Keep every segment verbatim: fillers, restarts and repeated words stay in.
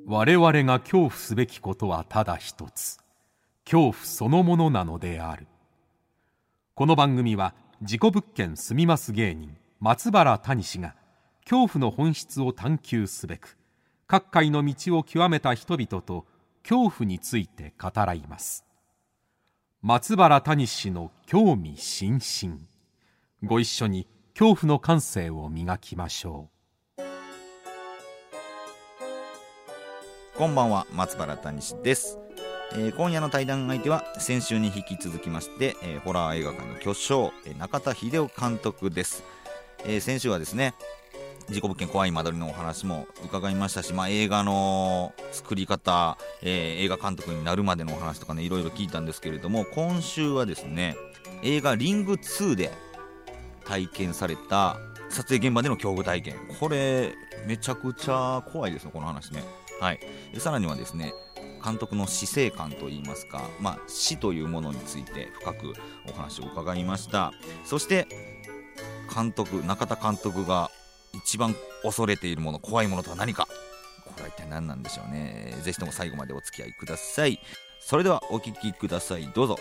我々が恐怖すべきことはただ一つ、恐怖そのものなのである。この番組は事故物件住みます芸人松原谷氏が恐怖の本質を探求すべく各界の道を極めた人々と恐怖について語らいます。松原谷氏の興味津々、ご一緒に恐怖の感性を磨きましょう。 こんばんは、松原谷氏です。えー、今夜の対談相手は先週に引き続きまして、えー、ホラー映画界の巨匠、えー、中田秀夫監督です。えー、先週はですね、事故物件怖い間取りのお話も伺いましたし、まあ、映画の作り方、えー、映画監督になるまでのお話とかね、いろいろ聞いたんですけれども、今週はですね、映画リングツーで体験された撮影現場での恐怖体験、これめちゃくちゃ怖いですよ、この話ね。はい、でさらにはですね、監督の死生観といいますか、まあ、死というものについて深くお話を伺いました。そして監督、中田監督が一番恐れているもの、怖いものとは何か、これは一体何なんでしょうね。ぜひとも最後までお付き合いください。それではお聞きください、どうぞ。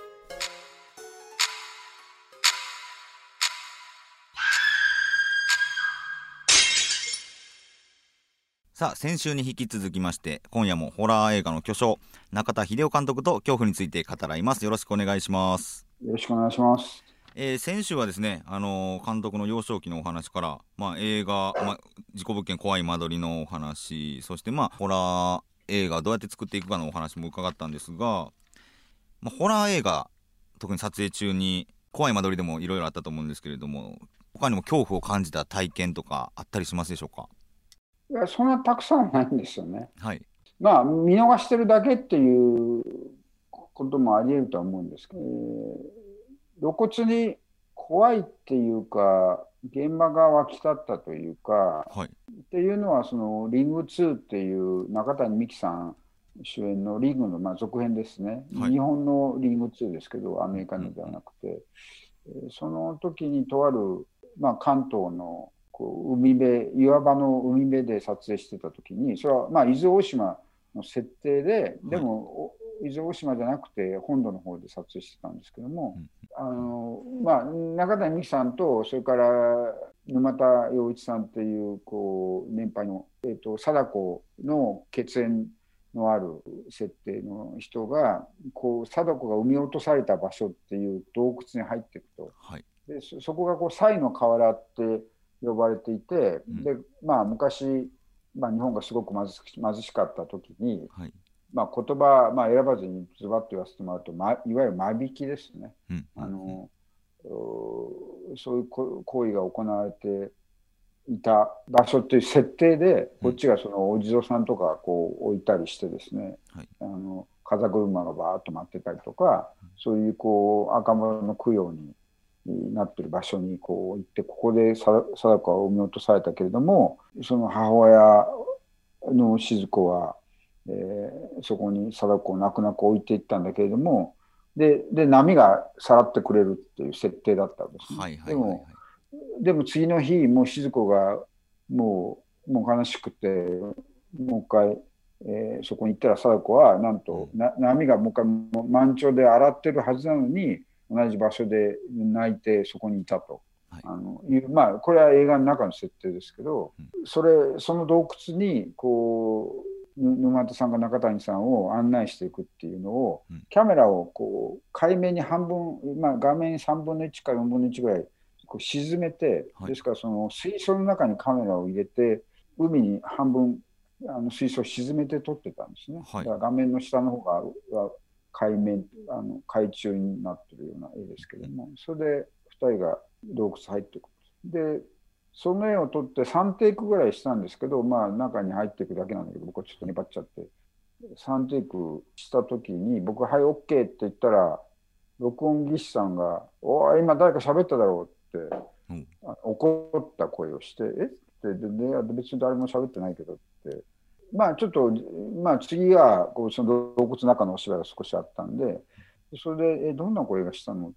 さあ、先週に引き続きまして今夜もホラー映画の巨匠中田秀夫監督と恐怖について語らいます。よろしくお願いします。 よろしくお願いします。 えー、先週はですね、あのー、監督の幼少期のお話から、まあ、映画、まあ、事故物件怖い間取りのお話、そしてまあホラー映画をどうやって作っていくかのお話も伺ったんですが、まあ、ホラー映画特に撮影中に怖い間取りでもいろいろあったと思うんですけれども、他にも恐怖を感じた体験とかあったりしますでしょうか？ いや、そんなたくさんないんですよね。 はい。 まあ見逃してるだけっていうこともあり得るとは思うんですけど、えー、露骨に怖いっていうか現場が沸き立ったというか、 はい、 っていうのはそのリングツーっていう中谷美紀さん主演のリングのまあ続編ですね、はい、日本のリングツーですけどアメリカのではなくて、うんうん、その時にとある、まあ、関東のこう海辺、岩場の海辺で撮影してた時に、それはまあ伊豆大島の設定で、でも、はい、伊豆大島じゃなくて本土の方で撮影してたんですけども、うん、あのまあ、中谷美紀さんとそれから沼田洋一さんっていうこう年配の、えーと、貞子の血縁のある設定の人がこう貞子が産み落とされた場所っていう洞窟に入っていくと、はい、で そ, そこがこう賽の河原って呼ばれていて、うん、でまあ、昔、まあ、日本がすごく貧し貧しかった時に、はい、まあ、言葉、まあ、選ばずにズバッと言わせてもらうと、ま、いわゆる間引きですね、うん、あのうん、そういう行為が行われていた場所っていう設定で、こっちがそのお地蔵さんとかこう置いたりしてですね、はい、あの風車がバーッと待ってたりとか、そういうこう赤門の供養にになってる場所にこう行って、ここで貞子は産み落とされたけれども、その母親の静子は、えー、そこに貞子を泣く泣く置いていったんだけれども、でで波がさらってくれるっていう設定だったわけですね。はいはいはいはい、でもでも次の日もう静子がもうもう悲しくて、もう一回、えー、そこに行ったら貞子はなんと、うん、な波がもう一回満潮で洗ってるはずなのに同じ場所で泣いてそこにいたと、はい、あのいうまあこれは映画の中の設定ですけど、うん、それその洞窟にこう沼田さんが中谷さんを案内していくっていうのを、うん、キャメラをこう海面に半分、まあ、画面さんぶんのいちかよんぶんのいちぐらいこう沈めて、はい、ですからその水槽の中にカメラを入れて海に半分あの水槽を沈めて撮ってたんですね、はい、だから画面の下の方が海面、あの海中になってるような絵ですけども、それでふたりが洞窟入っていく。でその絵を撮ってさんテイクぐらいしたんですけど、まあ中に入っていくだけなんだけど、僕はちょっと粘っちゃってさんテイクした時に僕が「はい OK」って言ったら、録音技師さんが「おい今誰か喋っただろう」って、うん、怒った声をして「えっ?」てでで別に誰も喋ってないけどって、まあちょっと、まあ、次はこうその洞窟の中のお芝居が少しあったんで、それで「えどんな声がしたの?」って、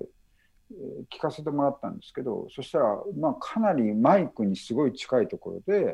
えー、聞かせてもらったんですけど、そしたら、まあ、かなりマイクにすごい近いところで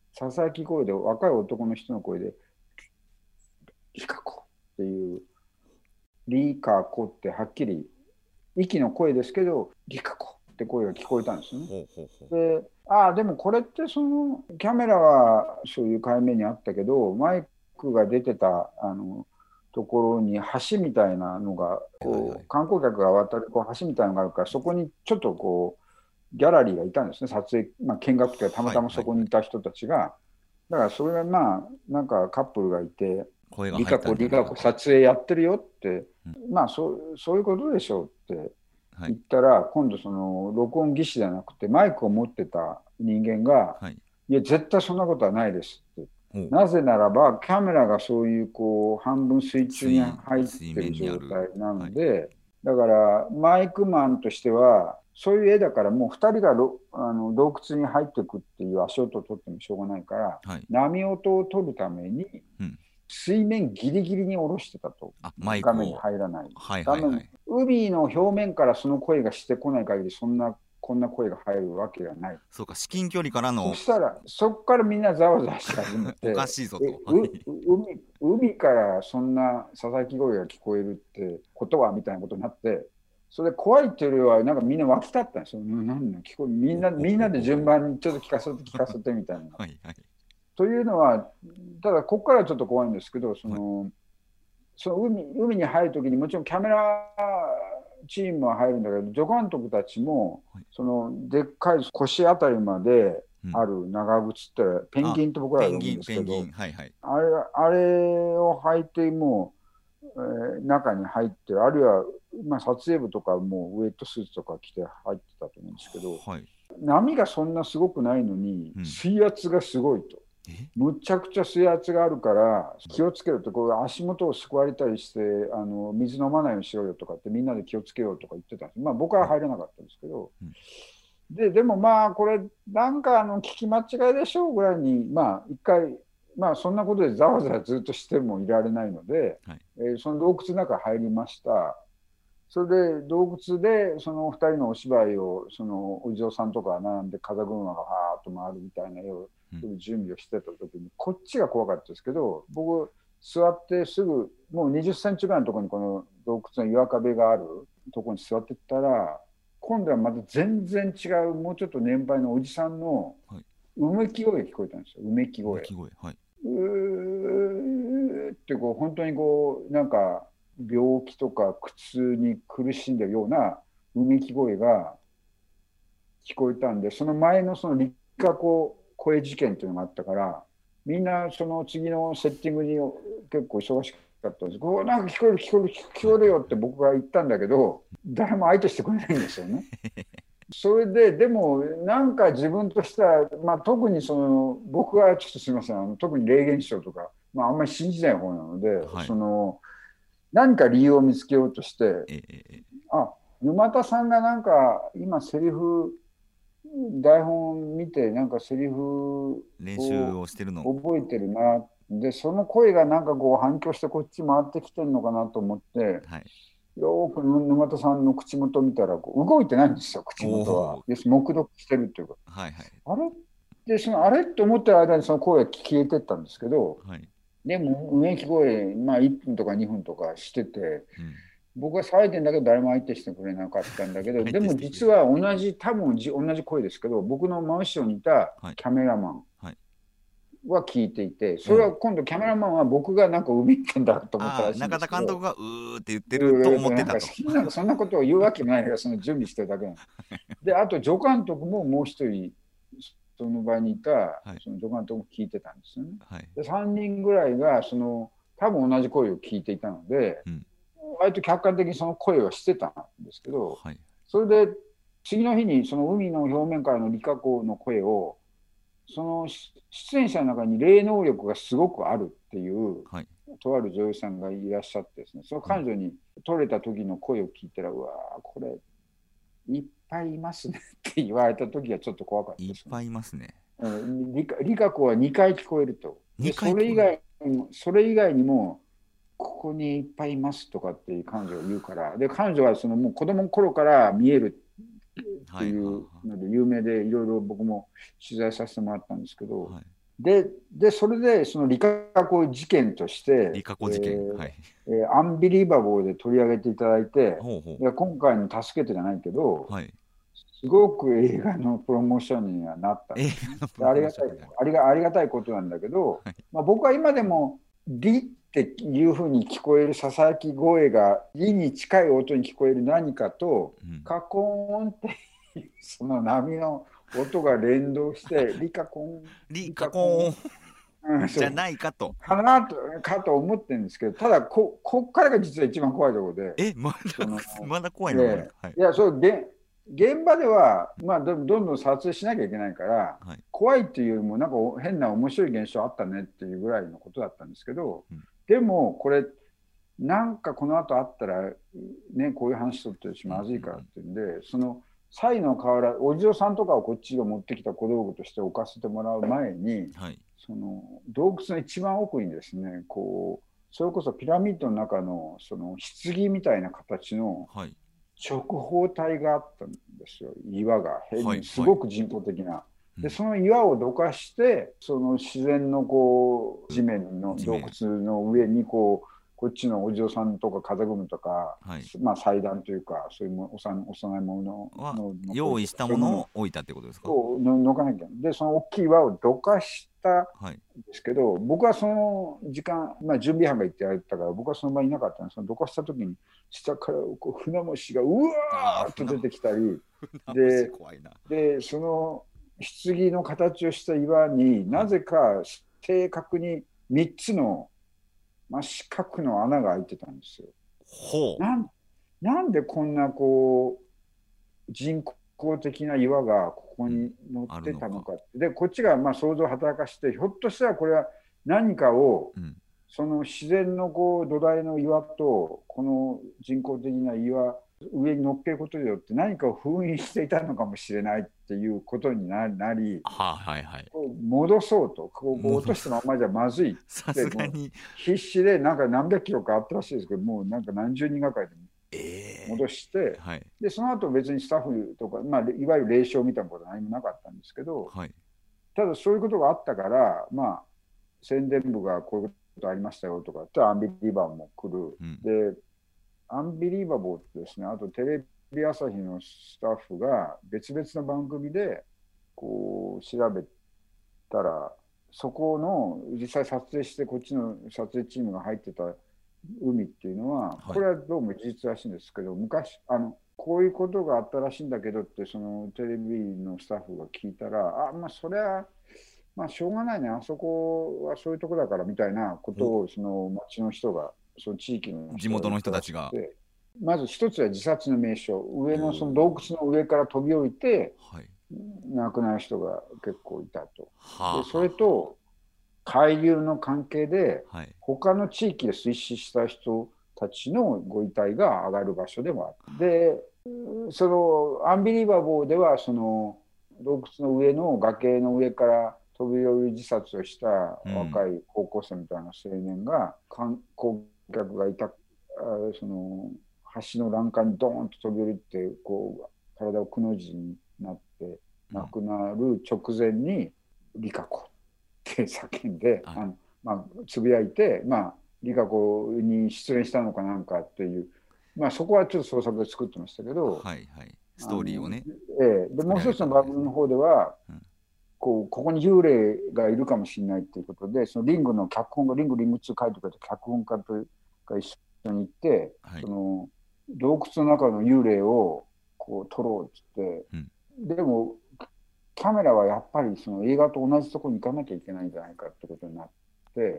ささやき声で、若い男の人の声で、リカコっていう、リカコってはっきり、息の声ですけど、リカコって声が聞こえたんですよね。 ほうほうほう。 で、ああ、でもこれってその、キャメラはそういう海面にあったけど、マイクが出てた、あの、ところに橋みたいなのがこう、 はいはい、 観光客が渡るこう橋みたいなのがあるから、そこにちょっとこうギャラリーがいたんですね、撮影、まあ、見学というかたまたまそこにいた人たちが、はいはいはい、だからそれがまあなんかカップルがいて、 声がリカコリカコ撮影やってるよって、うん、まあそそういうことでしょうって言ったら、はい、今度その録音技師じゃなくてマイクを持ってた人間が、はい、いや絶対そんなことはないですって。なぜならば、キャメラがそういうこう半分水中に入ってる状態なので、はい、だからマイクマンとしては、そういう絵だからもうふたりがあの洞窟に入っていくっていう足音を取ってもしょうがないから、はい、波音を取るために、水面ギリギリに下ろしてたと、 うん、 画面に入らない。 はいはいはい、 海の表面からその声がしてこない限り、そんなこんな声が入るわけがない。 そうか、至近距離からの。 そしたら、そこからみんなざわざわし始めて、 おかしいぞと。 海, 海からそんなささやき声が聞こえるってことはみたいなことになって、それで怖いっていうよりは、なんかみんな沸き立ったんですよ。なんだ聞こえみんな、みんなで順番にちょっと聞かせて聞かせてみたいな。はいはい、というのは、ただここからちょっと怖いんですけど、その、はい、その 海, 海に入るときにもちろんキャメラチームは入るんだけど、助監督たちも、はい、そのでっかい腰あたりまである長靴って、うん、ペンギンと僕らは呼ぶんですけど、はいはい、あれあれを履いてもう、えー、中に入ってる、あるいは、まあ、撮影部とかもウエットスーツとか着て入ってたと思うんですけど、はい、波がそんなすごくないのに、うん、水圧がすごいと。むちゃくちゃ水圧があるから気をつけろと、こう足元をすくわれたりしてあの水飲まないようにしろよとかってみんなで気をつけようとか言ってたんです。まあ僕は入れなかったんですけど、うん、ででもまあこれなんかあの聞き間違いでしょうぐらいに、まあ一回まあそんなことでざわざわずっとしてもいられないので、はい、えー、その洞窟の中入りました。それで洞窟でそのふたりのお芝居をそのお嬢さんとか並んで風車がはーっと回るみたいな絵を準備をしてた時に、こっちが怖かったですけど、僕座ってすぐもうにじゅっセンチぐらいのところにこの洞窟の岩壁があるところに座ってったら、今度はまた全然違うもうちょっと年配のおじさんのうめき声が聞こえたんですよ。うめき声、はい、うーってこう本当にこうなんか病気とか苦痛に苦しんでるようなうめき声が聞こえたんで、その前のその立花子声事件というのがあったから、みんなその次のセッティングに結構忙しかったんです。こうなんか聞こえる聞こえる聞こえるよって僕が言ったんだけど、誰も相手してくれないんですよね。それででもなんか自分としては、まあ、特にその僕はちょっとすみません、あの特に霊現象とか、まあ、あんまり信じない方なので、はい、その何か理由を見つけようとして、ええ、あ、沼田さんがなんか今セリフ台本見てなんかセリフ練習をしてるの覚えてるな。でその声がなんかこう反響してこっち回ってきてるのかなと思って、はい、よく沼田さんの口元見たらこう動いてないんですよ、口元は。よし、黙読してるっていうか、はいはい、あれでそのあれって思ってる間にその声が消えてったんですけど、はい、でもうめき声、まあ、いっぷんとかにふんとかしてて、うん、僕は騒いでんだけど誰も相手してくれなかったんだけどでも実は同じ多分同じ声ですけど、僕の真後ろにいたキャメラマンは聞いていて、それは今度キャメラマンは僕がなんかうめいてんだと思ったらしいんですけど、 中田監督がうーって言ってると思ってたと。 なんかそんなことを言うわけないから、その準備してるだけなんです。であと助監督ももう一人その場にいた、はい、その助監督も聞いてたんですよね。はい、でさんにんぐらいがその多分同じ声を聞いていたので、うん、割と客観的にその声はしてたんですけど、はい、それで次の日にその海の表面からのリカコの声を、その出演者の中に霊能力がすごくあるっていう、はい、とある女優さんがいらっしゃってですね、その彼女に撮れた時の声を聞いたら、うん、うわーこれいっぱいいますねって言われた時はちょっと怖かったです、ね。 いっぱいいますね。 うん、リカ、リカ子はにかい聞こえると。でそれ以外にも、それ以外にもここにいっぱいいますとかって彼女が言うから、で彼女はそのもう子供の頃から見えるっていうので有名で、いろいろ僕も取材させてもらったんですけど、はい、 で、で、それで、その理化工事件として、 理化工事件、 えーはい。 えーアンビリーバボーで取り上げていただいて、 ほうほう。 いや、今回の助けてじゃないけど、 はい。 すごく映画のプロモーションにはなったん映ですね。 画のプでロモーションありがたい、ありが、ありがたいことなんだけど、 はい。 まあ、僕は今でも、リっていうふうに聞こえるささやき声が、リに近い音に聞こえる何かと、 うん。 カコーンっていう、その波の音が連動して、リカコン、 リリカコーンカコン、うん、 じゃそうないかと。 かなとかと思ってるんですけど、ただこ、こっからが実は一番怖いところで、 え、まだ、 その、 まだ怖いのがある。 えはい。 え、いや、そう、げ現場では、まあ、どどんどん撮影しなきゃいけないから、 はい。 怖いっていうよりも、なんかお変な面白い現象あったねっていうぐらいのことだったんですけど、 うん。 でも、これ、なんかこの後あったら、ね、こういう話とってるし、 うんうんまずいからっていうんで、その、サイの河原、お地蔵さんとかをこっちが持ってきた小道具として置かせてもらう前に、 はい。 その洞窟の一番奥にですね、こう、それこそピラミッドの中のその棺みたいな形のはい。 直方体があったんですよ、岩が。変はい。 にすごく人工的な。で、 うん。 その岩をどかして、その自然のこう地面の洞地面。 窟の上にこう、こっちのお嬢さんとか風車とか、 はい。 まあ祭壇というか、そういうも幼幼いものは、 の残りとか、 用意したそういうものものを置いたってことですか？ をののかなきゃ。で、その大きい岩をどかしたはい。 んですけど、僕はその時間、まあ、準備班が行ってやったから、僕はその場にいなかったんです。そのどかした時に、下からこう船虫がうわああ、 ーっと船、 出てきたり、 船虫で、 怖いな。 で、その棺の形をした岩にはい。 なぜか正確にみっつの、まあ、四角の穴が開いてたんですよ。 ほう。 なん、なんでこんなこう、人工的な岩がここうん。 に乗ってあるのか。 たのかって。で、こっちがまあ想像を働かして、ひょっとしたらこれは何かを、 うん。 その自然のこう土台の岩と、この人工的な岩、上に乗っけることによって何かを封印していたのかもしれないっていうことになり、 はあ、はいはい。 こう戻そうと、こうこう落とした戻す。 ままじゃまずいっさて、もうすがに。 必死でなんか何百キロかあったらしいですけど、もうなんか何十人がかりでええ戻して、 はい。 で、その後別にスタッフとか、まあ、いわゆる霊障みたいなことは何もなかったんですけど、 はい。 ただそういうことがあったから、まあ、宣伝部がこういうことありましたよとか、アンビリーバーも来る。 うん。 で、アンビリーバボーってですね、あとテレビ朝日のスタッフが別々の番組でこう調べたら、そこの実際撮影してこっちの撮影チームが入ってた海っていうのは、 はい。 これはどうも事実らしいんですけど、昔あのこういうことがあったらしいんだけどって、そのテレビのスタッフが聞いたら、あ、まあそれはまあしょうがないね、あそこはそういうとこだからみたいなことお、 をその町の人が、その地域の人が地元の言ったらし人たちが。 くて、まず一つは自殺の名所、 お上のその洞お。 窟の上から飛び降りてはい。 亡くなる人が結構いたと。で、 はあそれはあはと海流の関係であ。はい。 他の地域で水死した人たちのご遺体が上がる場所でもある。で、そのアンビリーバボーではその洞窟の上の崖の上から飛び降り自殺をしたうん。 若い高校生みたいな青年が、観光客がいたあその橋の欄干にドーンと飛び降りてこう体をくの字になって亡くなる直前にリカコって叫んで、 はい。 あのまあ、つぶやいて、まあ、リカコに失恋したのかなんかっていう、まあ、そこはちょっと創作で作ってましたけど、 はいはい。スあトーリーをの、 ね、 ええ、でもう作り上げ一つの番たわけですね。 組の方では、 うん。 こうここに幽霊がいるかもしれないということで、そのリングの脚本が、リングリングツー書いてくれた脚本家とが一緒に行って、 はい。 その洞窟の中の幽霊をこう撮ろうってうん。 言って、でもキャメラはやっぱりその映画と同じところに行かなきゃいけないんじゃないかってことになって、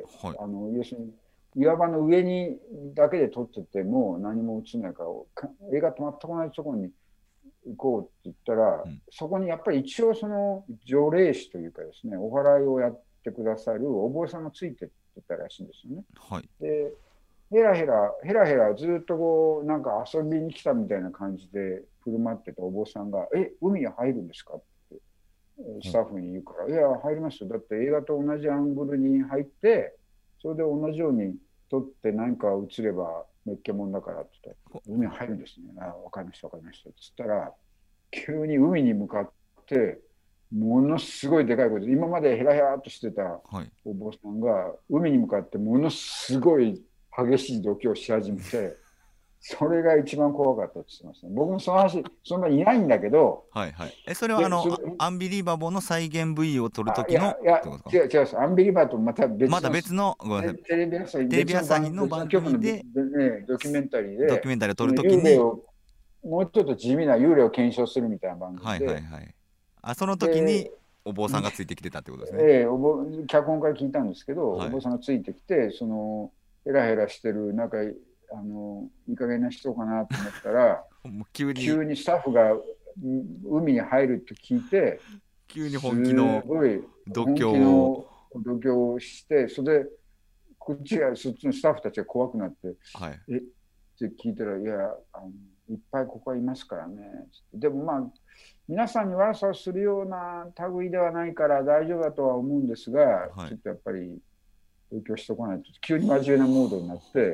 はい。 あの要するに岩場の上にだけで撮ってても何も映らないから、か映画と全く同じところに行こうって言ったら、 うん。 そこにやっぱり一応その除霊師というかですね、お祓いをやってくださるお坊さんがついてってたらしいんですよね。 はい。 で、ヘラヘラ、ヘラヘラずっとこう、なんか遊びに来たみたいな感じで振る舞ってたお坊さんが、え、海に入るんですかってスタッフに言うから、いや、入りますよ。だって映画と同じアングルに入って、それで同じように撮って何か映ればめっけもんだからって言ったら、海に入るんですね。あ、わかりました、わかりました。つったら、急に海に向かって、 ものすごいでかいこと、今までヘラヘラっとしてたはいお坊さんが海に向かってものすごい激しい度胸をし始めて、それが一番怖かったって言ってましたね。僕もその話そんなにいないんだけど、 はいはい。えそれはあのでそれアンビリバボーの再現 ブイ を撮るとあいきのやいやってことですか？ 違う違うです、アンビリバーとまた別の、 また別のごめんなさいテレビ朝日テレビ朝日の番組で別の局のね、ドキュメンタリーでドキュメンタリーを撮るときに幽霊をもうちょっと地味な幽霊を検証するみたいな番組で、 はいはいはい。あその時にでお坊さんがついてきてたってことですね。 ええおぼ脚本から聞いたんですけど、 はいお坊さんがついてきて、そのヘラヘラしてるなんかあのいい加減な人かなと思ったらもう急に急にスタッフがう海に入ると聞いて、 急に本気のすごい度本気胸をの度胸をして、それでこっちがそっちのスタッフたちが怖くなって、 はいえって聞いたら、いやあのいっぱいここはいますからね。でもまあ皆さんに悪さをするような類ではないから大丈夫だとは思うんですが、 はいちょっとやっぱり勉強しておかないと急に真面目なモードになって、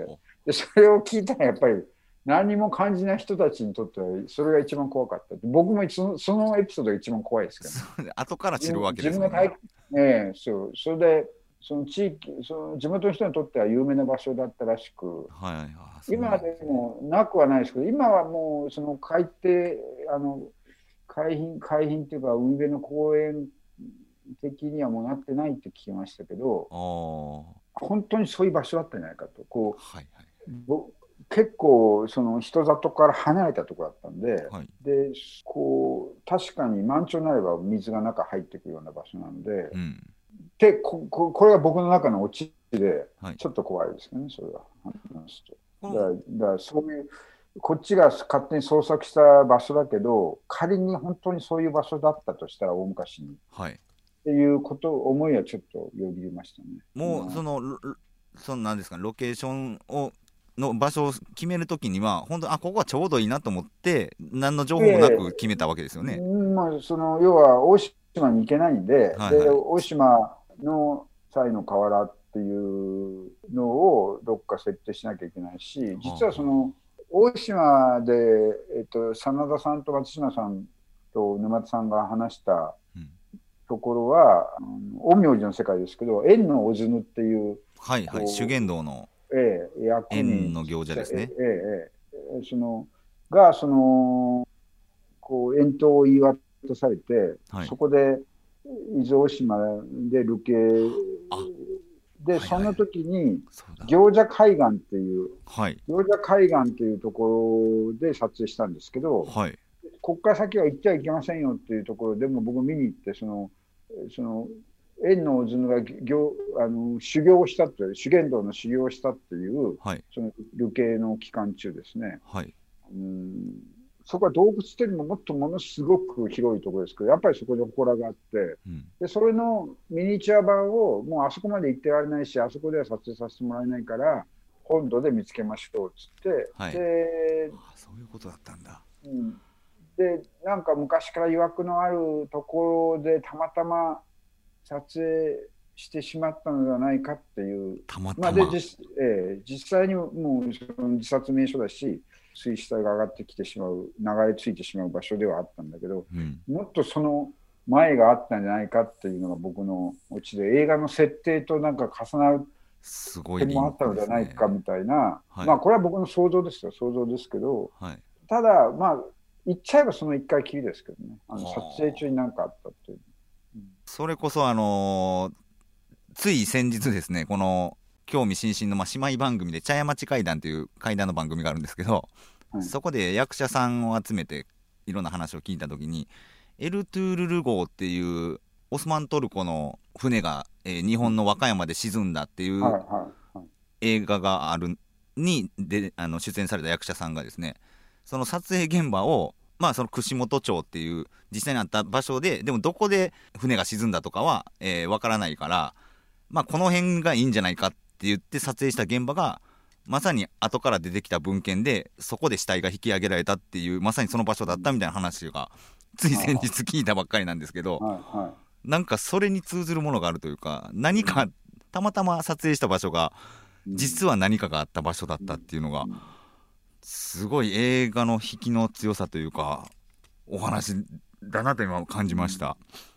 でそれを聞いたらやっぱり何も感じない人たちにとってはそれが一番怖かった。僕もその、そのエピソードが一番怖いですけどね。 後から知るわけです自分がもんね。 体、ええ、そうそれでその地域その地元の人にとっては有名な場所だったらしく、 はい、あそう今でもなくはないですけど、今はもうその海底あの海浜海浜っていうか海辺の公園的にはもうなってないって聞きましたけど、 あ本当にそういう場所だったんじゃないかと。こう、 はいはいぼ結構その人里から離れたところだったんで、 はいでこう確かに満潮になれば水が中入ってくるような場所なんで、 うん、 で こ, こ, これが僕の中のオチで、 はい、 ちょっと怖いですよね、それは。 このだからだからそういうこっちが勝手に捜索した場所だけど、仮に本当にそういう場所だったとしたら大昔に、 はい、 っていうこと思いはちょっとよぎりましたね。 もうそのそのなんですか、ロケーションをの場所を決めるときには本当あここはちょうどいいなと思って何の情報もなく決めたわけですよね。 えーまあ、その要は大島に行けないんで、 はいはい、 で大島の西の河原っていうのをどっか設定しなきゃいけないし、実はその大島で、えっと、真田さんと松島さんと沼田さんが話したところは、うん、陰陽師の世界ですけど、円のおずぬっていう、 はいはい、修験道のええ、役円の行者ですね。 ええええ、そのがそのこう遠投を言い渡されて、はい、そこで伊豆大島で流刑で、はいはい、その時に行者海岸っていう、はい、行者海岸っていうところで撮影したんですけど、はい、ここから先は行ってはいけませんよっていうところでも僕見に行って、そのその円のおずぬが行あの修行をしたという修験道の修行をしたっていう、はい、その流刑の期間中ですね、はい、うんそこは洞窟っていうよりももっとものすごく広いところですけど、やっぱりそこで祠があって、うん、でそれのミニチュア版をもうあそこまで行ってられないし、あそこでは撮影させてもらえないから本土で見つけましょうっつって、はい、でそういうことだったんだ、 うん、でなんか昔から曰くのあるところでたまたま撮影してしまったのではないかっていう、 たまたま、 まあ、で 実, えー、実際にもうその自殺名所だし、水死体が上がってきてしまう、流れ着いてしまう場所ではあったんだけど、うん、もっとその前があったんじゃないかっていうのが僕のオチで、映画の設定となんか重なる点もあったのではないかみたいな、はい、まあこれは僕の想像ですよ、想像ですけど、はい、ただまあ言っちゃえばその一回きりですけどね、あの撮影中に何かあったっていう。 それこそあのー、つい先日ですね、この興味津々のまあ姉妹番組で茶屋町怪談という怪談の番組があるんですけど、はい、そこで役者さんを集めていろんな話を聞いたときに、エルトゥールル号っていうオスマントルコの船が、えー、日本の和歌山で沈んだっていう映画があるにであの出演された役者さんがですね、その撮影現場をまあその串本町っていう実際にあった場所で、でもどこで船が沈んだとかはわ、えー、からないから、まあこの辺がいいんじゃないかって言って撮影した現場がまさに後から出てきた文献で、そこで死体が引き上げられたっていう、まさにその場所だったみたいな話がつい先日聞いたばっかりなんですけど、はいはい、なんかそれに通ずるものがあるというか、何かたまたま撮影した場所が実は何かがあった場所だったっていうのが、すごい映画の引きの強さというかお話だなと今感じました。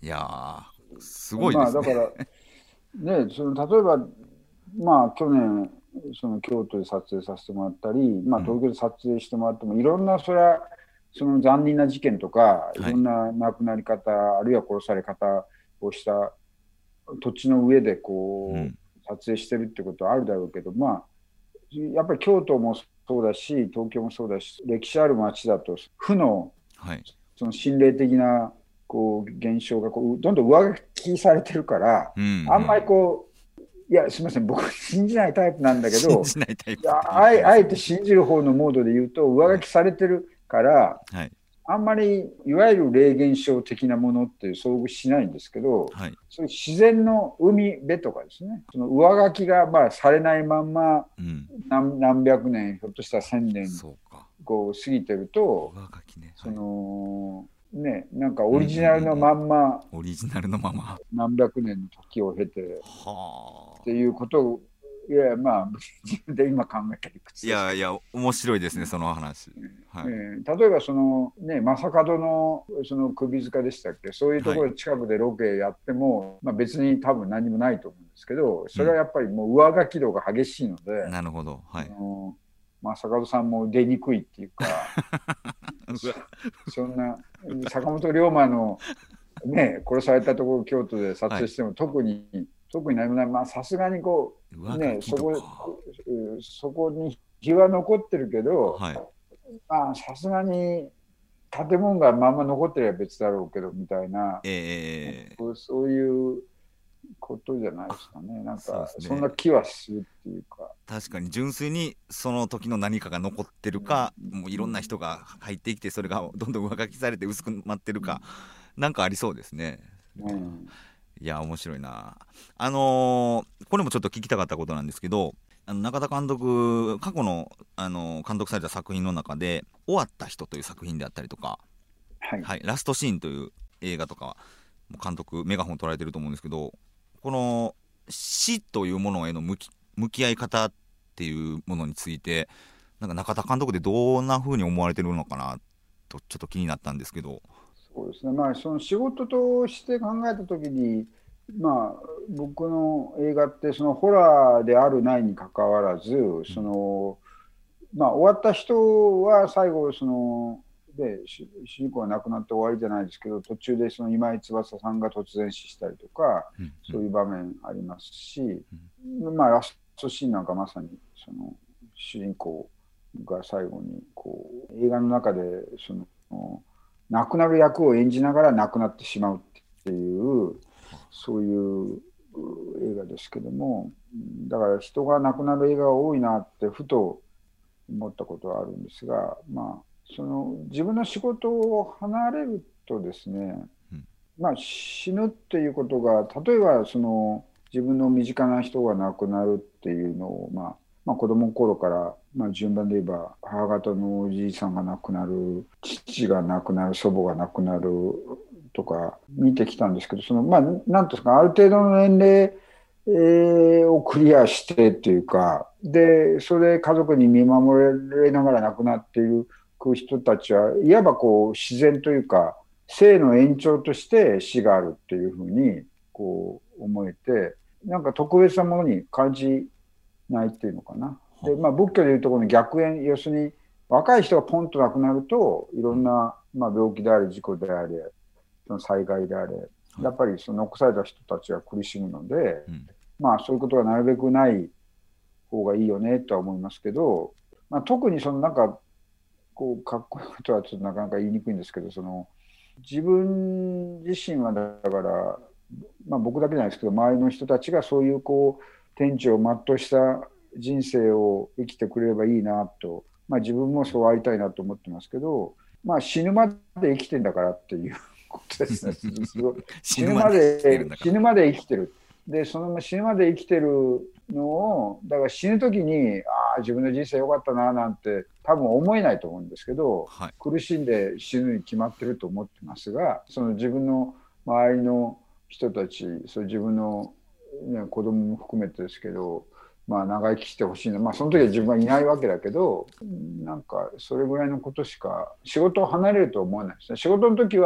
いやーすごいですね。 まあ、だからね、その例えば、まあ、去年その京都で撮影させてもらったり、まあ、東京で撮影してもらっても、うん、いろんなそれはその残忍な事件とか、いろんな亡くなり方、はい、あるいは殺され方をした土地の上でこう、うん、撮影してるってことはあるだろうけど、まあ、やっぱり京都もそうだし、東京もそうだし、歴史ある街だと負の、はい、その心霊的なこう現象がこうどんどん上書きされてるから、うんうん、あんまりこう、いや、すみません、僕信じないタイプなんだけど、 信じないタイプああえて信じる方のモードで言うと、上書きされてるから、はい、あんまりいわゆる霊現象的なものって遭遇しないんですけど、はい、そういう自然の海辺とかですね、その上書きがまあされないまんま、うん、何, 何百年、ひょっとしたら千年こう過ぎてると、 上書きね、 そのね、なんかオリジナルのまんま、うんうんうん、 オリジナルのまま何百年の時を経てっていうことを、いやまあ自分で今考えたりいやいや面白いですね、うん、その話、 はい、えー、例えばそのね正門のその首塚でしたっけ、そういうところで近くでロケやっても、はい、まあ、別に多分何もないと思うんですけど、それはやっぱりもう上書き度が激しいので、 うん、なるほど、はい、 あの正門さんも出にくいっていうかそ, そんな坂本龍馬のね殺されたところ京都で撮影しても、はい、特に特に何もない、まあさすがにこうねそこそこに日は残ってるけど、はい、まあさすがに建物がまんま残ってれば別だろうけどみたいな、 えー、 そういうことじゃないですかね。なんか そ,、ね、そんな気はするっていうか。 確かに純粋にその時の何かが残ってるか、うん、もういろんな人が入ってきてそれがどんどん上書きされて薄くなってるか、うん、なんかありそうですね。うん、いや面白いな。あのー、これもちょっと聞きたかったことなんですけど、あの中田監督過去の、あのー、監督された作品の中で終わった人という作品であったりとか、 はいはい、ラストシーンという映画とか監督メガホン取られてると思うんですけど、この死というものへの向き、向き合い方っていうものについてなんか中田監督でどんな風に思われてるのかなとちょっと気になったんですけど。 そうですね、まあ、その仕事として考えたときに、まあ、僕の映画ってそのホラーであるないにかかわらず、その、まあ、終わった人は最後そので主人公が亡くなって終わりじゃないですけど、途中でその今井翼さんが突然死したりとか、うんうん、そういう場面ありますし、うん、まあ、ラストシーンなんかまさにその主人公が最後にこう映画の中でその亡くなる役を演じながら亡くなってしまうっていうそういう映画ですけども、だから人が亡くなる映画が多いなってふと思ったことはあるんですが、まあその自分の仕事を離れるとですね、うん、まあ、死ぬっていうことが例えばその自分の身近な人が亡くなるっていうのを、まあまあ、子供の頃から、まあ、順番で言えば母方のおじいさんが亡くなる、父が亡くなる、祖母が亡くなるとか見てきたんですけど、そのまあなんですか、ある程度の年齢えー、をクリアしてっていうか、でそれで家族に見守られながら亡くなっている人たちはいわばこう自然というか生の延長として死があるっていうふうにこう思えて、なんか特別なものに感じないっていうのかな。で、まあ、仏教でいうところの逆縁、要するに若い人がポンと亡くなるといろんな、まあ、病気であれ事故であれその災害であれやっぱりその残された人たちが苦しむので、うん、まあそういうことがなるべくない方がいいよねとは思いますけど、まあ、特にそのなんかこうかっこいいことはちょっとなかなか言いにくいんですけど、その自分自身はだから、まあ、僕だけじゃないですけど周りの人たちがそういうこう天地を全うした人生を生きてくれればいいなと、まあ、自分もそうありたいなと思ってますけど、まあ、死ぬまで生きてんだからっていうことですね。すごい死ぬまで死ぬまで生きてる。でその死ぬまで生きてるのをだから死ぬ時にああ自分の人生良かったななんて多分思えないと思うんですけど、はい、苦しんで死ぬに決まってると思ってますが、その自分の周りの人たち、その自分の、ね、子供も含めてですけど、まあ長生きしてほしいな、まあその時は自分はいないわけだけど、なんかそれぐらいのことしか仕事を離れると思わないですね。仕事の時は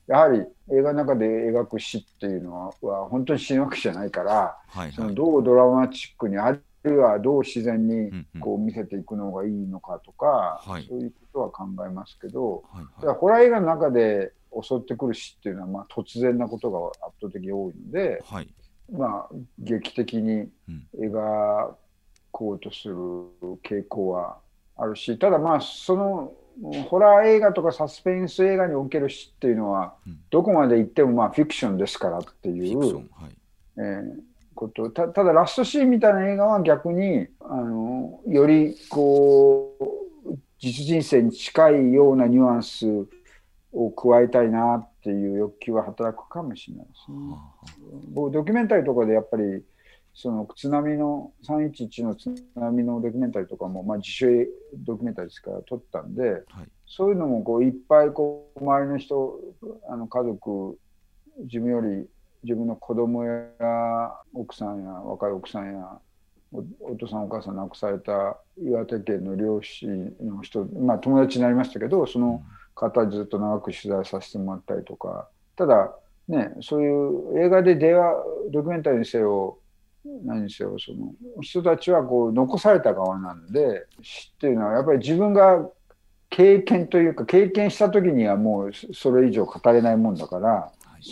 やはり映画の中で描く死っていうのは、は本当に死ぬわけじゃないから、はいはい、そのどうドラマチックに、あるいはどう自然にこう見せていくのがいいのかとか、うんうん、そういうことは考えますけど、はいはい、ただホラー映画の中で襲ってくる死っていうのはまあ突然なことが圧倒的に多いので、はい、まあ劇的に描こうとする傾向はあるし、ただまあそのホラー映画とかサスペンス映画における死っていうのは、うん、どこまで行ってもまあフィクションですからっていう、はいえー、ことた。ただラストシーンみたいな映画は逆にあのよりこう実人生に近いようなニュアンスを加えたいなっていう欲求は働くかもしれないですね。僕ドキュメンタリーとかでやっぱりその津波のさんいちいちの津波のドキュメンタリーとかも、まあ、自主ドキュメンタリーですから撮ったんで、はい、そういうのもこういっぱいこう周りの人、あの家族、自分より自分の子供や奥さんや若い奥さんや お, お父さんお母さん亡くされた岩手県の漁師の人、まあ、友達になりましたけど、その方ずっと長く取材させてもらったりとか、ただね、そういう映画で出会うドキュメンタリーにせよ何にせよ、その人たちはこう残された側なんで、死っていうのはやっぱり自分が経験というか経験した時にはもうそれ以上語れないもんだから、はい、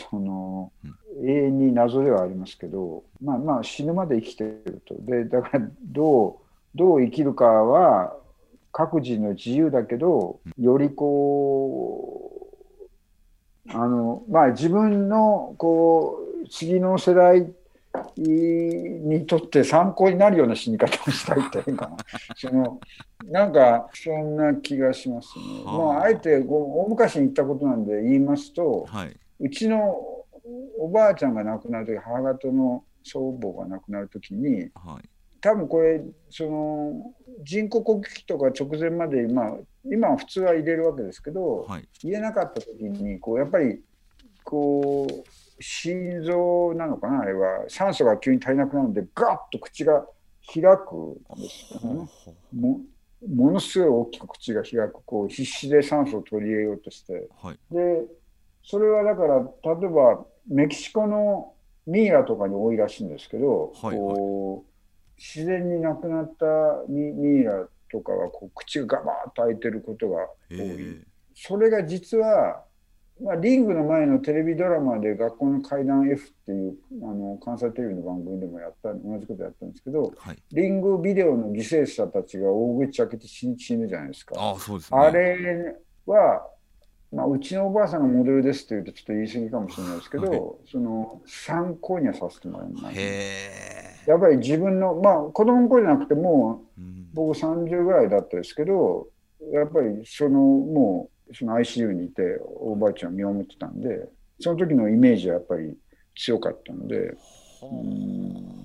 その、うん、永遠に謎ではありますけど、まあまあ死ぬまで生きてると。でだからどうどう生きるかは各自の自由だけど、よりこうあのまあ自分のこう次の世代にとって参考になるような死に方をしたいっていうかなそのなんかそんな気がしますね。まああえて大昔に言ったことなんで言いますと、はい、うちのおばあちゃんが亡くなるとき、母方の祖母が亡くなるときに、はい、多分これその人工呼吸器とか直前まで、まあ、今は普通は入れるわけですけど、はい、入れなかったときにこうやっぱりこう心臓なのかな、あれは酸素が急に足りなくなるのでガッと口が開くんですよね。も, ものすごい大きく口が開く、こう必死で酸素を取り入れようとして、はい、でそれはだから例えばメキシコのミイラとかに多いらしいんですけど、はいはい、こう自然に亡くなった ミ, ミイラとかはこう口がガバーッと開いてることが多い。それが実はまあ、リングの前のテレビドラマで学校の怪談 F っていうあの関西テレビの番組でもやった同じことやったんですけど、はい、リングビデオの犠牲者たちが大口開けて死ぬじゃないですか。 ああ、そうですね。 あれは、まあ、うちのおばあさんがモデルですって言うとちょっと言い過ぎかもしれないですけど、はい、その参考にはさせてもらいます、ね。へやっぱり自分のまあ子供の頃じゃなくてもう、うん、僕さんじゅうぐらいだったですけど、やっぱりそのもうその アイシーユー にいておばあちゃんを見守ってたんで、その時のイメージはやっぱり強かったので、うん、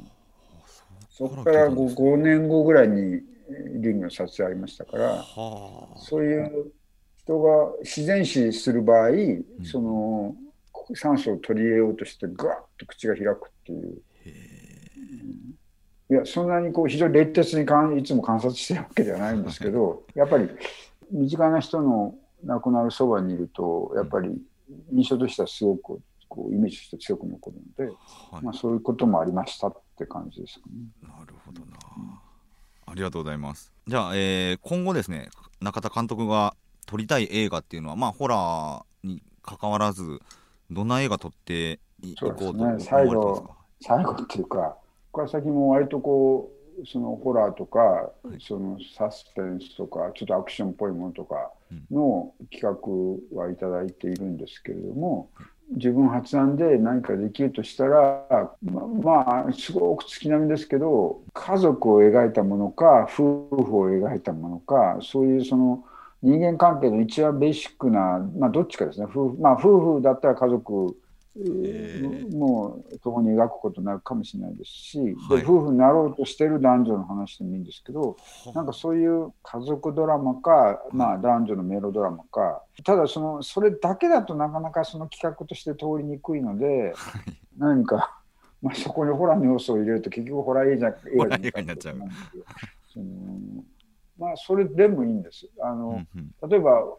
そこから 5, ごねんごぐらいにリングの撮影ありましたから、そういう人が自然死する場合、うん、その酸素を取り入れようとしてガーッと口が開くっていう、うん、いやそんなにこう非常に冷徹にかんいつも観察してるわけではないんですけどやっぱり身近な人の亡くなるそばにいるとやっぱり印象としてはすごくこうイメージとして強く残るので、はい、まあ、そういうこともありましたって感じですかね。 なるほどな、うん、ありがとうございます。じゃあ、えー、今後ですね、中田監督が撮りたい映画っていうのは、まあ、ホラーに関わらずどんな映画撮っていこうと思われてますか？ 最後、最後っていうかこれ先も割とこうそのホラーとか、はい、そのサスペンスとかちょっとアクションっぽいものとかの企画はいただいているんですけれども、うん、自分発案で何かできるとしたら、ま、まあすごく月並みですけど家族を描いたものか夫婦を描いたものか、そういうその人間関係の一番ベーシックな、まあ、どっちかですね。夫婦、まあ、夫婦だったら家族えー、もうそこに描くことになるかもしれないですし、はい、で夫婦になろうとしている男女の話でもいいんですけど、なんかそういう家族ドラマか、まあ、男女のメロドラマか、ただそのそれだけだとなかなかその企画として通りにくいので、はい、何か、まあ、そこにホラーの要素を入れると結局ホラー映画になっちゃう。そのまあそれでもいいんです。あの、うんうん、例えば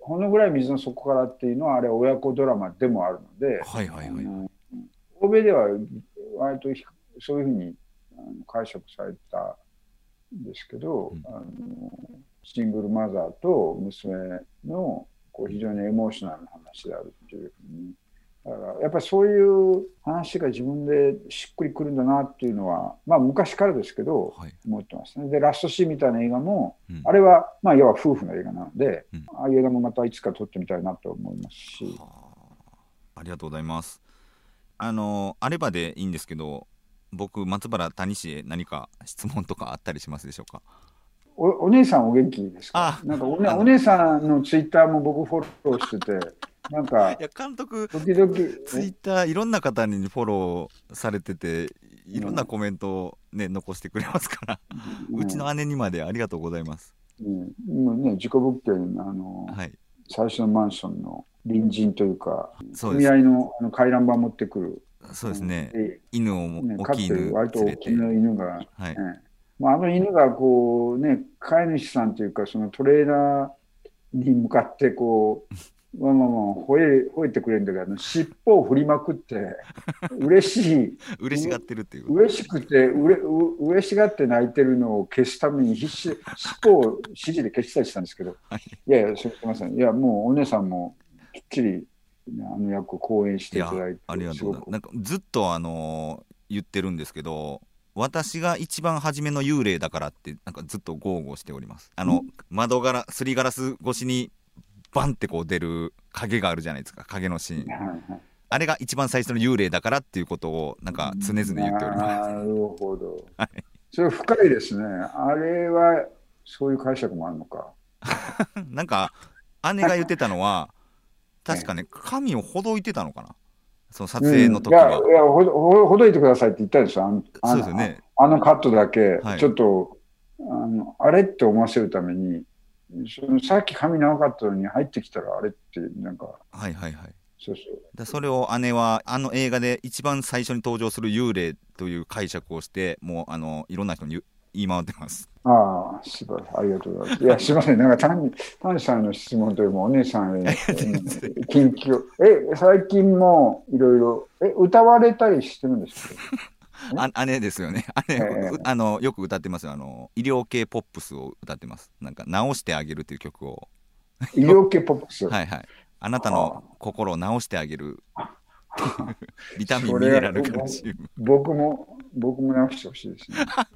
ほんのぐらい水の底からっていうのはあれ親子ドラマでもあるので、 はいはいはい、 欧米では割とそういうふうに解釈されたんですけど、うん、あのシングルマザーと娘のこう非常にエモーショナルな話であるっていうふうに、だからやっぱりそういう話が自分でしっくりくるんだなっていうのは、まあ昔からですけど、はい、思ってますね。でラストシーンみたいな映画も、うん、あれはまあ要は夫婦の映画なので、うん、ああいう映画もまたいつか撮ってみたいなと思いますし。 ありがとうございます。あのあればでいいんですけど、僕松原谷氏へ何か質問とかあったりしますでしょうか。 お, お姉さんお元気ですか。なんか お,、ね、お姉さんのツイッターも僕フォローしてて、なんかいや監督時々 ツイッターいろんな方にフォローされてて、いろんなコメントを、ね、残してくれますから、うん、うちの姉にまでありがとうございます。 うん、今ね事故物件あの、はい、最初のマンションの隣人というか、組合 の, あの回覧板持ってくる。 そうですね、犬を、ね、 大きい犬割と大きな犬が、はい、ね、まあ、あの犬がこうね、飼い主さんというかそのトレーナーに向かってこうまあまあまあ吠え吠えてくれるんだけど、あの尻尾を振りまくって嬉しい嬉しがってるっていう嬉しくてうれう嬉しがって泣いてるのを消すために必死尻尾を指示で消したりしたんですけど、はい、いやいやすみません、いやもうお姉さんもきっちりあの役を講演していただいて、 ありがとうございます。なんかずっとあのー、言ってるんですけど、私が一番初めの幽霊だからってなんかずっと豪語しております。あの窓ガラすりガラス越しにバンってこう出る影があるじゃないですか、影のシーン、はいはい、あれが一番最初の幽霊だからっていうことをなんか常々言っております。 なるほど、はい、それ深いですね。あれはそういう解釈もあるのかなんか姉が言ってたのは確かね、髪をほどいてたのかな、その撮影の時は、 うん、いやいや ほ, ほ, ほどいてくださいって言ったんですよ。あそうですよね、 あのカットだけ、はい、ちょっと あ, のあれって思わせるために、そのさっき髪長かったのに入ってきたらあれってなんか、 はいはいはい、 そうそう、 だそれを姉はあの映画で一番最初に登場する幽霊という解釈をして、もうあのいろんな人に言い回ってます。 ああ、すばらしい、ありがとうございます。いや、すみません、なんか単に谷さんの質問というよりもお姉さんへ近況、え、最近もいろいろ、え、歌われたりしてるんですか。 あ姉ですよね、姉、えー、あのよく歌ってますよ、あの医療系ポップスを歌ってます。なんか治してあげるっていう曲を。 医療系ポップスはいはい、あなたの心を治してあげるビタミンミネラルカルシウム。 僕も僕も治してほしいですね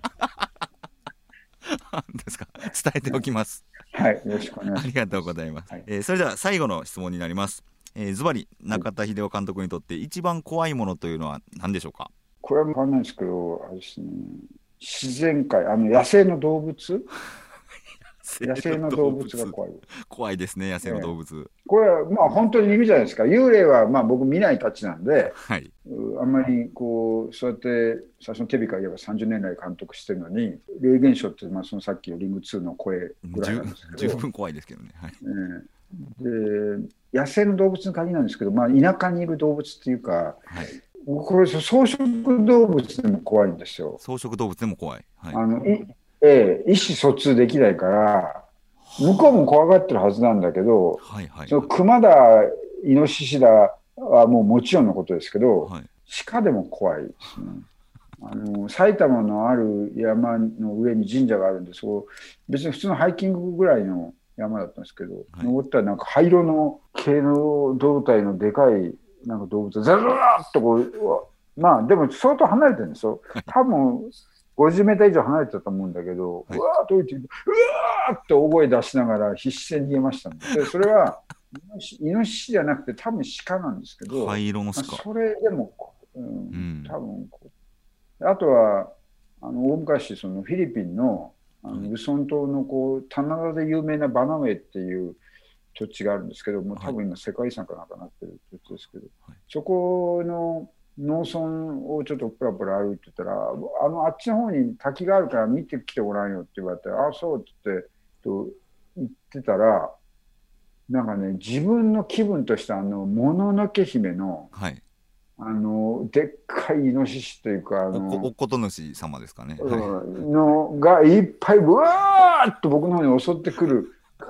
ですか、伝えておきます。 はい、よろしくお願いします。 ありがとうございます。はい、えー、それでは最後の質問になります。えー、ズバリ中田秀夫監督にとって一番怖いものというのは何でしょうか。 これは分かんないですけど、あれですね、自然界、あの野生の動物野生の動物が怖い。 怖いですね、野生の動物。えー、 これはまあ本当にいるじゃないですか。幽霊はまあ僕見ないたちなんで、 はい、 あんまりこうそうやって最初のテレビから言えばさんじゅうねん来監督してるのに、霊現象ってまあそのさっきのリングツーの声ぐらいなんですけど、 十分怖いですけどね。はい、 えー、で野生の動物の限りなんですけど、まあ、田舎にいる動物っていうか、はい、これ草食動物でも怖いんですよ。 草食動物でも怖い。はい、 あのいええ、意思疎通できないから向こうも怖がってるはずなんだけど、はいはいはい、その熊だイノシシだはもうもちろんのことですけど、はい、鹿でも怖いですね。あの埼玉のある山の上に神社があるんで、そう別に普通のハイキングぐらいの山だったんですけど、はい、登ったらなんか灰色の毛の胴体のでかいなんか動物がザラザラっとこう、まあでも相当離れてるんですよ。多分ごじゅうメーター以上離れてたと思うんだけど、はい、うわーっと置いてうわーっと大声出しながら必死で逃げましたね。でそれはイノシシじゃなくて多分鹿なんですけど、 灰色の鹿、 まあ、それでも、うんうん、多分こう。あとはあの大昔そのフィリピンのあのルソン島のこう棚田で有名なバナウェイっていう土地があるんですけども、多分今世界遺産かなんかなってる土地ですけど、はい、そこの農村をちょっとプラプラ歩いてたら、あのあっちの方に滝があるから見てきてごらんよって言われて、ああそうって言ってと言ってたら、なんかね自分の気分としてあのもののけ姫の、はい、あのでっかいイノシシというかあのおこと主様ですかね、 うん、のがいっぱいブワーッと僕の方に襲ってくる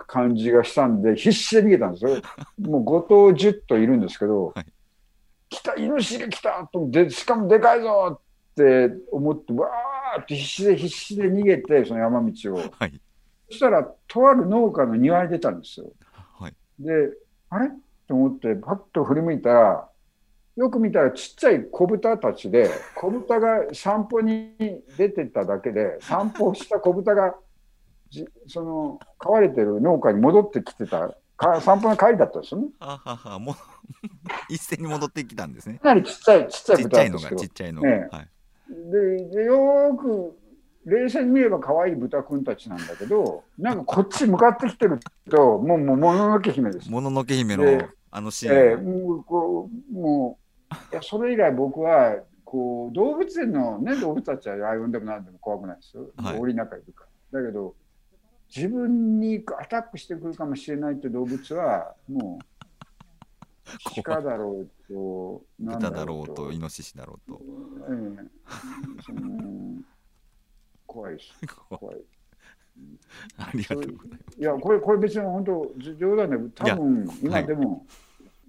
感じがしたんで必死で逃げたんですよ。もうご頭じゅっといるんですけど、はい、来た、イノシシが来たと思って、しかもでかいぞって思ってわーって必死で必死で逃げて、その山道を、はい、そしたらとある農家の庭に出たんですよ。はい、であれと思ってパッと振り向いたら、よく見たらちっちゃい子豚たちで、子豚が散歩に出てただけで、散歩した子豚がその飼われてる農家に戻ってきてたか散歩の帰りだったんですよね。 はははもう一斉に戻ってきたんですね。 かなりちっちゃいちっちゃい豚なんですけど、ちっちゃいのがちっちゃいのが、はい、 で, でよーく冷静に見れば可愛い豚くんたちなんだけど、なんかこっち向かってきてるともうもののけ姫です。 もののけ姫のあのシーン、 えー、もうこうもういやそれ以来僕はこう動物園の、ね、動物たちはライオンでも何でも怖くないですよ、はい、檻の中いるから。だけど自分にアタックしてくるかもしれないという動物はもう鹿だろうと豚だろうとイノシシだろうと、えー、 その怖いです怖いありがとうございます。 いやこれこれ別に本当冗談で多分今でも、はい、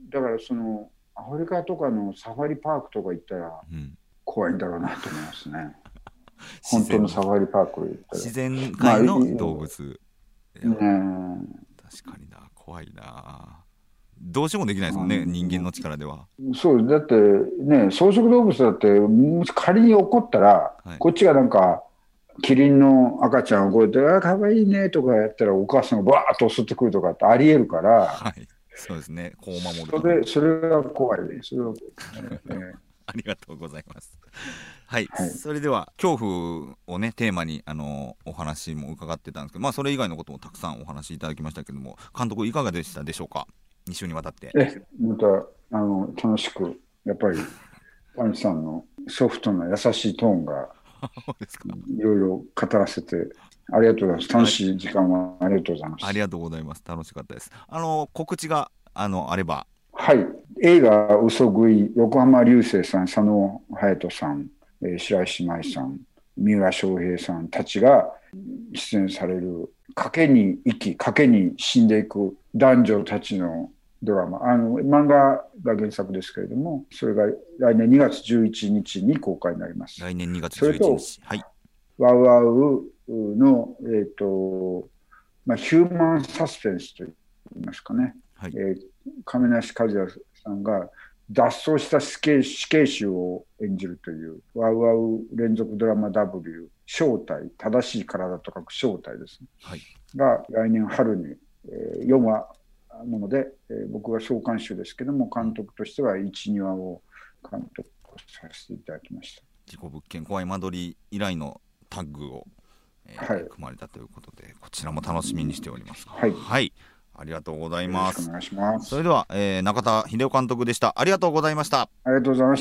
だからそのアフリカとかのサファリパークとか行ったら怖いんだろうなと思いますね、うん、本当のサファリパーク行ったら自然界の動物、 まあ、ね、 確かにな、怖いな、どうしようもできないですもんね、うん、人間の力では。 そうだってね、草食動物だってもし仮に怒ったら、はい、こっちがなんかキリンの赤ちゃんをこうやって「あかわいいね」とかやったらお母さんがバーッと襲ってくるとかってありえるから、 はい、そうですね、こう守るとそれそれが怖いね、それは、ね、 ありがとうございます。はい、はい、それでは恐怖をねテーマにあのお話も伺ってたんですけど、まあそれ以外のこともたくさんお話しいただきましたけども、監督いかがでしたでしょうか。に週にわたってえまたあの楽しく、やっぱりパンチさんのソフトな優しいトーンがいろいろ語らせてありがとうございます。楽しい時間はありがとうございます。 ありがとうございます。楽しかったです。あの告知があのあれば。 はい、映画嘘食い、横浜流星さん、佐野勇斗さん、えー、白石麻衣さん、三浦翔平さんたちが出演される賭けに生き賭けに死んでいく男女たちのドラマ、あの漫画が原作ですけれども、それが来年にがつじゅういちにちに公開になります。 来年にがつじゅういちにち、はい、 ワウワウの、えーとまあ、ヒューマンサスペンスといいますかね、はい、えー、亀梨和也さんが脱走した死刑、死刑囚を演じるというワウワウ連続ドラマ W 正体、正しい体と書く正体ですね、はい、が来年春に、えー、よんわもので、えー、僕が総監修ですけども、監督としてはいち、にわを監督させていただきました。 事故物件怖い間取り以来のタッグを、えーはい、組まれたということで、こちらも楽しみにしております。はい、はい、ありがとうございます。 よろしくお願いします。 それでは、えー、中田秀夫監督でした。ありがとうございました。 ありがとうございました。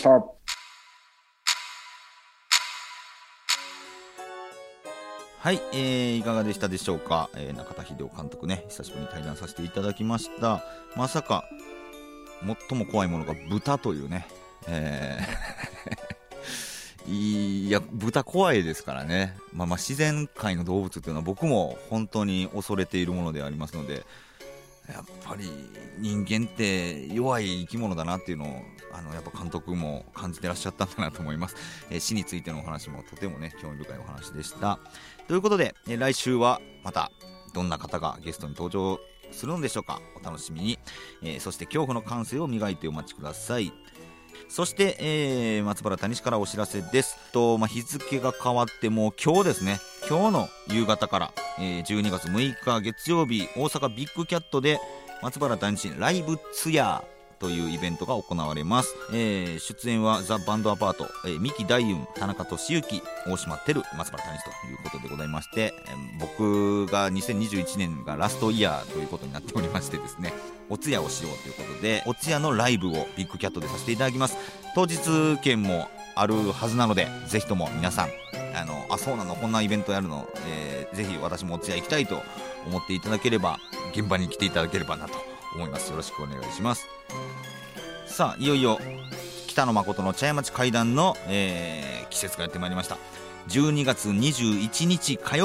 はい、えー、いかがでしたでしょうか、えー、中田秀夫監督ね、久しぶりに対談させていただきました。まさか最も怖いものが豚というね、えー、いや豚怖いですからね、まあ、まあ自然界の動物っていうのは僕も本当に恐れているものでありますので、やっぱり人間って弱い生き物だなっていうのをあのやっぱ監督も感じてらっしゃったんだなと思います。えー、死についてのお話もとてもね興味深いお話でした。ということで、えー、来週はまたどんな方がゲストに登場するのでしょうか。お楽しみに、えー、そして恐怖の感性を磨いてお待ちください。そして、えー、松原谷氏からお知らせですと、まあ、日付が変わってもう今日ですね、今日の夕方から、えー、じゅうにがつむいか月曜日、大阪ビッグキャットで松原谷氏ライブツヤーというイベントが行われます。えー、出演はザ・バンドアパート、えー、三木大雲、田中俊之、大島てる、松原谷氏ということでございまして、えー、僕がにせんにじゅういちねんがラストイヤーということになっておりましてですね、お通夜をしようということでお通夜のライブをビッグキャットでさせていただきます。当日券もあるはずなので、ぜひとも皆さんあのあそうなのこんなイベントやるの、えー、ぜひ私もお通夜行きたいと思っていただければ、現場に来ていただければなと思います。よろしくお願いします。さあいよいよ北野誠の茶屋町怪談の、えー、季節がやってまいりました。じゅうにがつにじゅういちにち火曜日、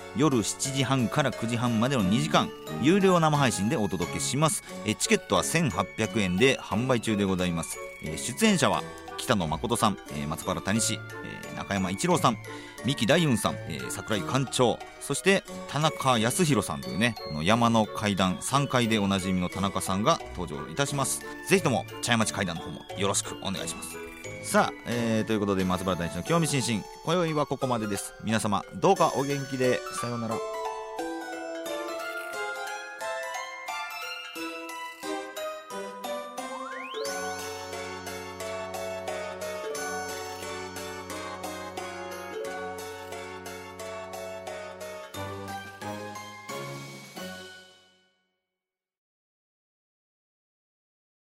夜しちじはんからくじはんまでのにじかん有料生配信でお届けします。えチケットはせんはっぴゃくえんで販売中でございます。え出演者は北野誠さん、え松原谷氏、え中山一郎さん、三木大雲さん、えー、桜井館長、そして田中康弘さんというね、あの山の階段さんかいでおなじみの田中さんが登場いたします。ぜひとも茶屋町階段の方もよろしくお願いします。さあ、えー、ということで松原谷氏の興味津々、今宵はここまでです。皆様どうかお元気で。さようなら。